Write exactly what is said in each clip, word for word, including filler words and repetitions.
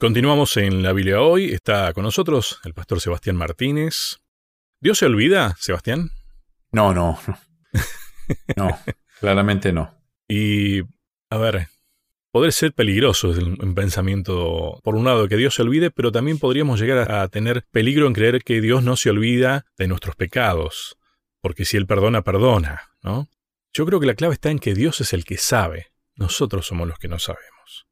Continuamos en la Biblia hoy. Está con nosotros el pastor Sebastián Martínez. ¿Dios se olvida, Sebastián? No, no. No, claramente no. Y, a ver, podría ser peligroso el pensamiento, por un lado, de que Dios se olvide, pero también podríamos llegar a tener peligro en creer que Dios no se olvida de nuestros pecados, porque si Él perdona, perdona, ¿no? Yo creo que la clave está en que Dios es el que sabe. Nosotros somos los que no sabemos.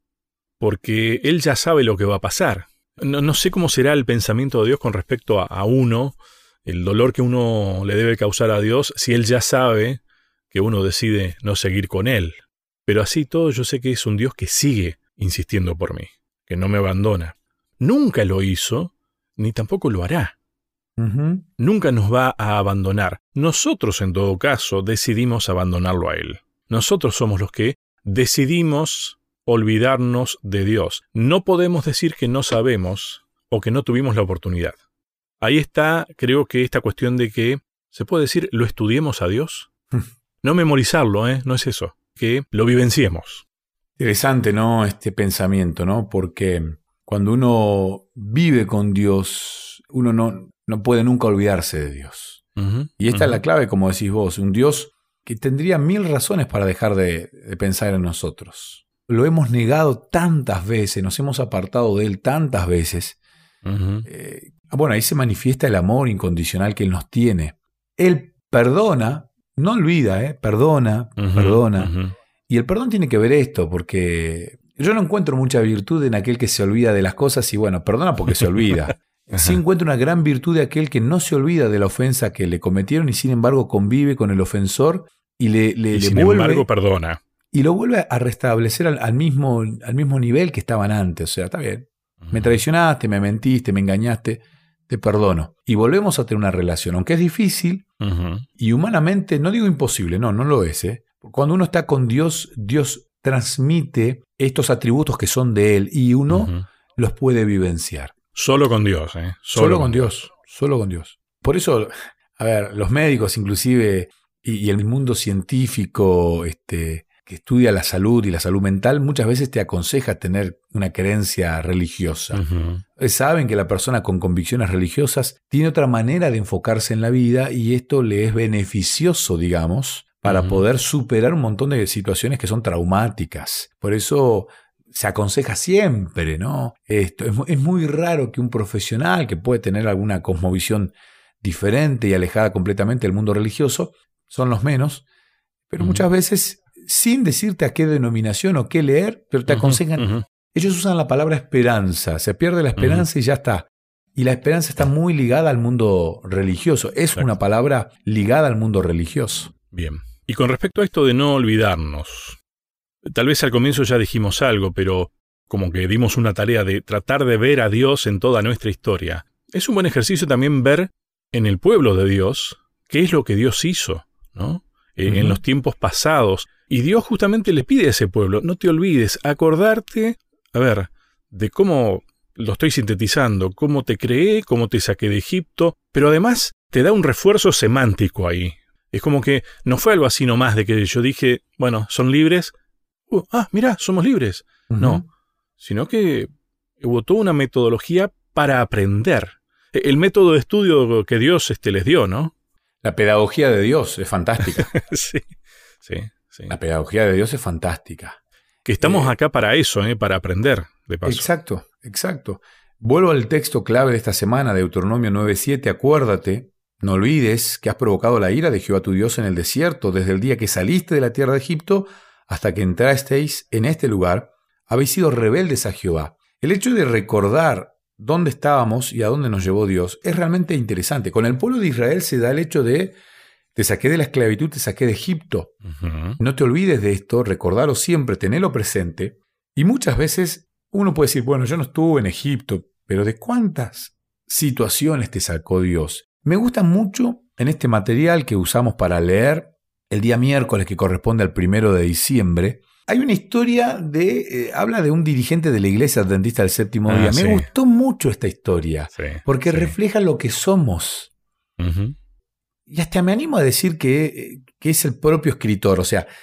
Porque Él ya sabe lo que va a pasar. No, no sé cómo será el pensamiento de Dios con respecto a, a uno, el dolor que uno le debe causar a Dios, si Él ya sabe que uno decide no seguir con Él. Pero así todo yo sé que es un Dios que sigue insistiendo por mí, que no me abandona. Nunca lo hizo, ni tampoco lo hará. Uh-huh. Nunca nos va a abandonar. Nosotros, en todo caso, decidimos abandonarlo a Él. Nosotros somos los que decidimos olvidarnos de Dios. No podemos decir que no sabemos o que no tuvimos la oportunidad. Ahí está, creo que esta cuestión de que, ¿se puede decir, lo estudiemos a Dios? No memorizarlo, ¿eh? No es eso. Que lo vivenciemos. Interesante, ¿no? Este pensamiento, ¿no? Porque cuando uno vive con Dios, uno no, no puede nunca olvidarse de Dios. Uh-huh, y esta uh-huh. es la clave, como decís vos, un Dios que tendría mil razones para dejar de, de pensar en nosotros. Lo hemos negado tantas veces, nos hemos apartado de Él tantas veces. Uh-huh. Eh, bueno, ahí se manifiesta el amor incondicional que Él nos tiene. Él perdona, no olvida, ¿eh? perdona, Uh-huh, perdona. uh-huh. Y el perdón tiene que ver esto, porque yo no encuentro mucha virtud en aquel que se olvida de las cosas y bueno, perdona porque se olvida. Sí encuentro una gran virtud de aquel que no se olvida de la ofensa que le cometieron y sin embargo convive con el ofensor y le, le, y le sin vuelve... embargo perdona. Y lo vuelve a restablecer al, al, mismo, al mismo nivel que estaban antes. O sea, está bien. Me traicionaste, me mentiste, me engañaste, te perdono. Y volvemos a tener una relación, aunque es difícil Uh-huh. y humanamente, no digo imposible, no, no lo es. ¿eh? Cuando uno está con Dios, Dios transmite estos atributos que son de Él y uno Uh-huh. los puede vivenciar. Solo con Dios, ¿eh? Solo, solo con Dios, Dios, solo con Dios. Por eso, a ver, los médicos inclusive y, y el mundo científico, este... que estudia la salud y la salud mental, muchas veces te aconseja tener una creencia religiosa. Uh-huh. Saben que la persona con convicciones religiosas tiene otra manera de enfocarse en la vida y esto le es beneficioso, digamos, para uh-huh. poder superar un montón de situaciones que son traumáticas. Por eso se aconseja siempre, ¿no? Esto es, es muy raro que un profesional que puede tener alguna cosmovisión diferente y alejada completamente del mundo religioso, son los menos, pero uh-huh. muchas veces sin decirte a qué denominación o qué leer, pero te aconsejan. Uh-huh, uh-huh. Ellos usan la palabra esperanza. Se pierde la esperanza uh-huh. y ya está. Y la esperanza está muy ligada al mundo religioso. Es Exacto. Una palabra ligada al mundo religioso. Bien. Y con respecto a esto de no olvidarnos, tal vez al comienzo ya dijimos algo, pero como que dimos una tarea de tratar de ver a Dios en toda nuestra historia. Es un buen ejercicio también ver en el pueblo de Dios qué es lo que Dios hizo, ¿no? Eh, uh-huh. En los tiempos pasados. Y Dios justamente le pide a ese pueblo, no te olvides, acordarte, a ver, de cómo, lo estoy sintetizando, cómo te creé, cómo te saqué de Egipto, pero además te da un refuerzo semántico ahí. Es como que no fue algo así nomás de que yo dije, bueno, son libres, uh, ah, mirá, somos libres. Uh-huh. No, sino que hubo toda una metodología para aprender. El método de estudio que Dios este, les dio, ¿no? La pedagogía de Dios es fantástica. sí, sí. Sí. La pedagogía de Dios es fantástica. Que estamos eh, acá para eso, ¿eh? Para aprender, de paso. Exacto, exacto. Vuelvo al texto clave de esta semana, de Deuteronomio nueve siete. Acuérdate, no olvides que has provocado la ira de Jehová tu Dios en el desierto, desde el día que saliste de la tierra de Egipto hasta que entrasteis en este lugar, habéis sido rebeldes a Jehová. El hecho de recordar dónde estábamos y a dónde nos llevó Dios es realmente interesante. Con el pueblo de Israel se da el hecho de te saqué de la esclavitud, te saqué de Egipto. Uh-huh. No te olvides de esto, recordalo siempre, tenelo presente. Y muchas veces uno puede decir, bueno, yo no estuve en Egipto, pero ¿de cuántas situaciones te sacó Dios? Me gusta mucho en este material que usamos para leer el día miércoles que corresponde al primero de diciembre. Hay una historia de, eh, habla de un dirigente de la iglesia adventista del séptimo ah, día. Sí. Me gustó mucho esta historia, sí, porque sí. refleja lo que somos. Uh-huh. Y hasta me animo a decir que, que es el propio escritor. O sea,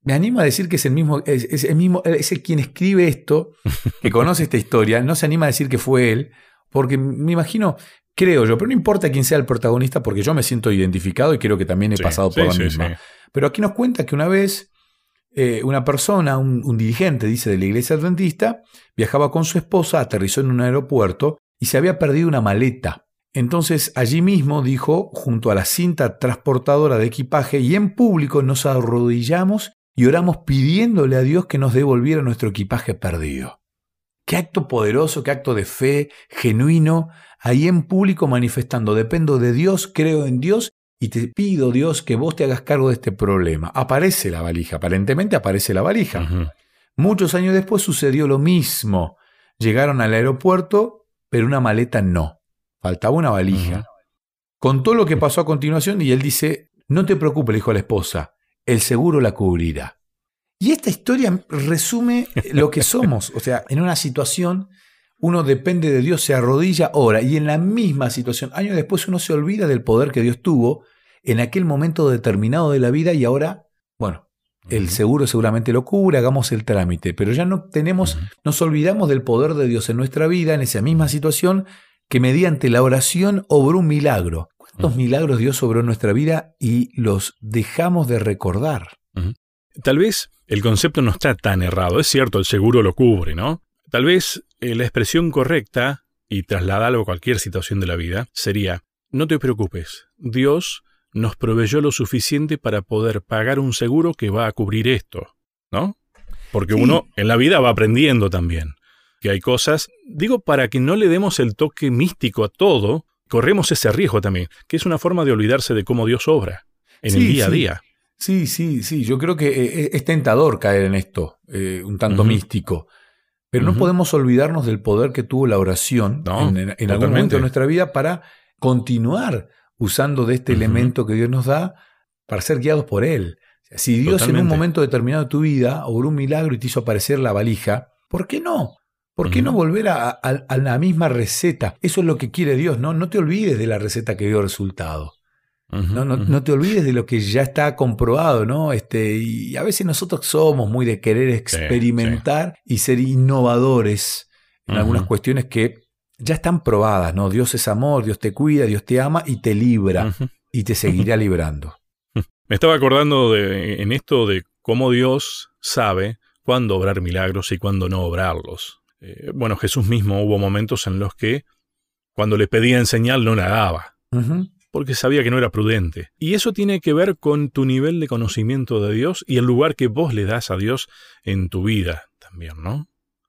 Me animo a decir que es el mismo, es, es el mismo, es el quien escribe esto, que conoce esta historia, no se anima a decir que fue él, porque me imagino, creo yo, pero no importa quién sea el protagonista, porque yo me siento identificado y creo que también he sí, pasado sí, por la sí, misma. sí. Pero aquí nos cuenta que una vez eh, una persona, un, un dirigente, dice, de la iglesia adventista, viajaba con su esposa, aterrizó en un aeropuerto y se había perdido una maleta. Entonces allí mismo, dijo, junto a la cinta transportadora de equipaje y en público nos arrodillamos y oramos pidiéndole a Dios que nos devolviera nuestro equipaje perdido. Qué acto poderoso, qué acto de fe, genuino, ahí en público manifestando, dependo de Dios, creo en Dios y te pido, Dios, que vos te hagas cargo de este problema. Aparece la valija, aparentemente aparece la valija. Uh-huh. Muchos años después sucedió lo mismo. Llegaron al aeropuerto, pero una maleta no. Faltaba una valija. Uh-huh. Contó lo que pasó a continuación y él dice, no te preocupes, le dijo a la esposa, el seguro la cubrirá. Y esta historia resume lo que somos. O sea, en una situación uno depende de Dios, se arrodilla, ora. Y en la misma situación, años después uno se olvida del poder que Dios tuvo en aquel momento determinado de la vida y ahora, bueno, el seguro seguramente lo cubre, hagamos el trámite. Pero ya no tenemos, nos olvidamos del poder de Dios en nuestra vida, en esa misma situación, que mediante la oración obró un milagro. ¿Cuántos milagros Dios obró en nuestra vida y los dejamos de recordar? Uh-huh. Tal vez el concepto no está tan errado. Es cierto, el seguro lo cubre, ¿no? Tal vez eh, la expresión correcta, y trasladarlo a cualquier situación de la vida, sería, no te preocupes, Dios nos proveyó lo suficiente para poder pagar un seguro que va a cubrir esto, ¿no? Porque sí. Uno en la vida va aprendiendo también. Que hay cosas, digo, para que no le demos el toque místico a todo, corremos ese riesgo también, que es una forma de olvidarse de cómo Dios obra en sí, el día sí. a día. Sí, sí, sí. Yo creo que es tentador caer en esto, eh, un tanto uh-huh. místico. Pero uh-huh. no podemos olvidarnos del poder que tuvo la oración no, en, en, en algún momento de nuestra vida para continuar usando de este uh-huh. elemento que Dios nos da para ser guiados por Él. Si Dios totalmente. En un momento determinado de tu vida obró un milagro y te hizo aparecer la valija, ¿por qué no? ¿Por qué uh-huh. no volver a, a, a la misma receta? Eso es lo que quiere Dios, ¿no? No te olvides de la receta que dio resultado. Uh-huh, no, no, uh-huh. no te olvides de lo que ya está comprobado, ¿no? Este, y a veces nosotros somos muy de querer experimentar sí, sí. y ser innovadores en uh-huh. algunas cuestiones que ya están probadas, ¿no? Dios es amor, Dios te cuida, Dios te ama y te libra uh-huh. y te seguirá librando. Me estaba acordando de, en esto de cómo Dios sabe cuándo obrar milagros y cuándo no obrarlos. Eh, bueno, Jesús mismo hubo momentos en los que cuando le pedían señal no la daba. Uh-huh. Porque sabía que no era prudente. Y eso tiene que ver con tu nivel de conocimiento de Dios y el lugar que vos le das a Dios en tu vida también, ¿no?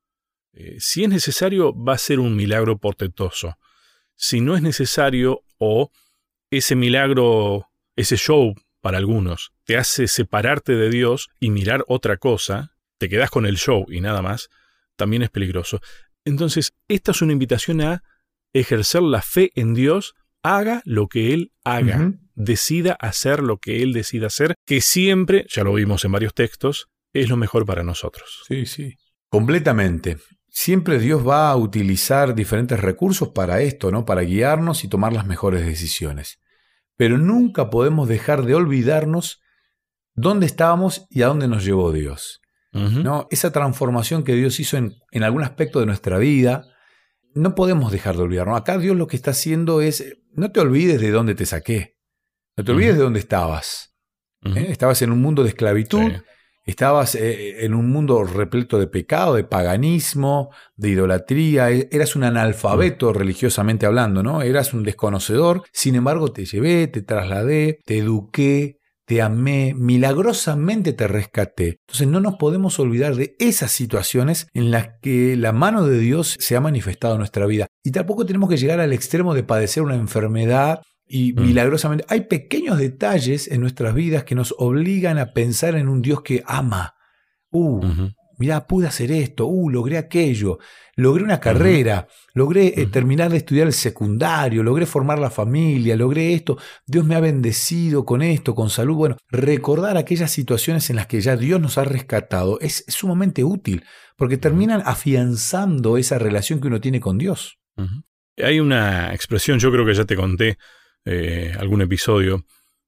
Eh, si es necesario, va a ser un milagro portentoso. Si no es necesario, o ese milagro, ese show para algunos, te hace separarte de Dios y mirar otra cosa, te quedás con el show y nada más, también es peligroso. Entonces, esta es una invitación a ejercer la fe en Dios. Haga lo que Él haga, uh-huh. decida hacer lo que Él decida hacer, que siempre, ya lo vimos en varios textos, es lo mejor para nosotros. Sí, sí, completamente. Siempre Dios va a utilizar diferentes recursos para esto, ¿no? Para guiarnos y tomar las mejores decisiones. Pero nunca podemos dejar de olvidarnos dónde estábamos y a dónde nos llevó Dios. Uh-huh. ¿No? Esa transformación que Dios hizo en, en algún aspecto de nuestra vida, no podemos dejar de olvidarnos. Acá Dios lo que está haciendo es, no te olvides de dónde te saqué. No te olvides uh-huh. de dónde estabas. Uh-huh. ¿Eh? Estabas en un mundo de esclavitud. Sí. Estabas eh, en un mundo repleto de pecado, de paganismo, de idolatría. Eras un analfabeto uh-huh. religiosamente hablando, ¿no? Eras un desconocedor. Sin embargo, te llevé, te trasladé, te eduqué, te amé, milagrosamente te rescaté. Entonces no nos podemos olvidar de esas situaciones en las que la mano de Dios se ha manifestado en nuestra vida. Y tampoco tenemos que llegar al extremo de padecer una enfermedad y mm. milagrosamente. Hay pequeños detalles en nuestras vidas que nos obligan a pensar en un Dios que ama. Uh, uh-huh. Mirá, pude hacer esto, uh, logré aquello, logré una carrera, uh-huh. logré eh, uh-huh. terminar de estudiar el secundario, logré formar la familia, logré esto, Dios me ha bendecido con esto, con salud. Bueno, recordar aquellas situaciones en las que ya Dios nos ha rescatado es, es sumamente útil, porque terminan uh-huh. afianzando esa relación que uno tiene con Dios. Uh-huh. Hay una expresión, yo creo que ya te conté eh, algún episodio,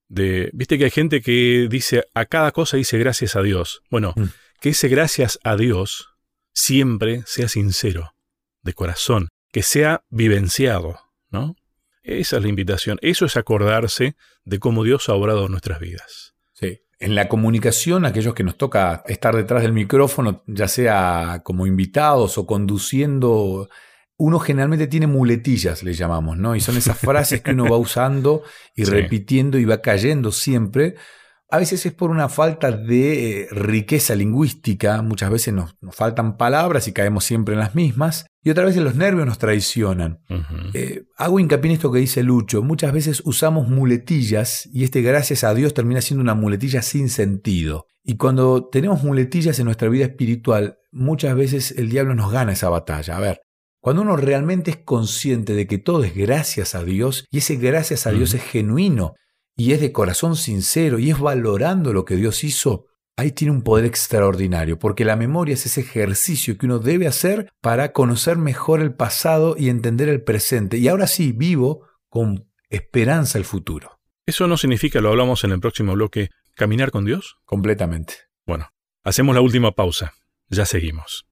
De, viste que hay gente que dice, a cada cosa dice gracias a Dios. Bueno, mm. que ese gracias a Dios siempre sea sincero, de corazón, que sea vivenciado, ¿no? Esa es la invitación. Eso es acordarse de cómo Dios ha obrado en nuestras vidas. Sí. En la comunicación, aquellos que nos toca estar detrás del micrófono, ya sea como invitados o conduciendo, uno generalmente tiene muletillas, le llamamos, ¿no? Y son esas frases que uno va usando y sí. repitiendo y va cayendo siempre. A veces es por una falta de eh, riqueza lingüística, muchas veces nos, nos faltan palabras y caemos siempre en las mismas, y otras veces los nervios nos traicionan. Uh-huh. Eh, hago hincapié en esto que dice Lucho, muchas veces usamos muletillas y este gracias a Dios termina siendo una muletilla sin sentido. Y cuando tenemos muletillas en nuestra vida espiritual, muchas veces el diablo nos gana esa batalla. A ver, cuando uno realmente es consciente de que todo es gracias a Dios, y ese gracias a Dios uh-huh. es genuino, y es de corazón sincero, y es valorando lo que Dios hizo, ahí tiene un poder extraordinario, porque la memoria es ese ejercicio que uno debe hacer para conocer mejor el pasado y entender el presente. Y ahora sí, vivo con esperanza el futuro. ¿Eso no significa, lo hablamos en el próximo bloque, caminar con Dios? Completamente. Bueno, hacemos la última pausa. Ya seguimos.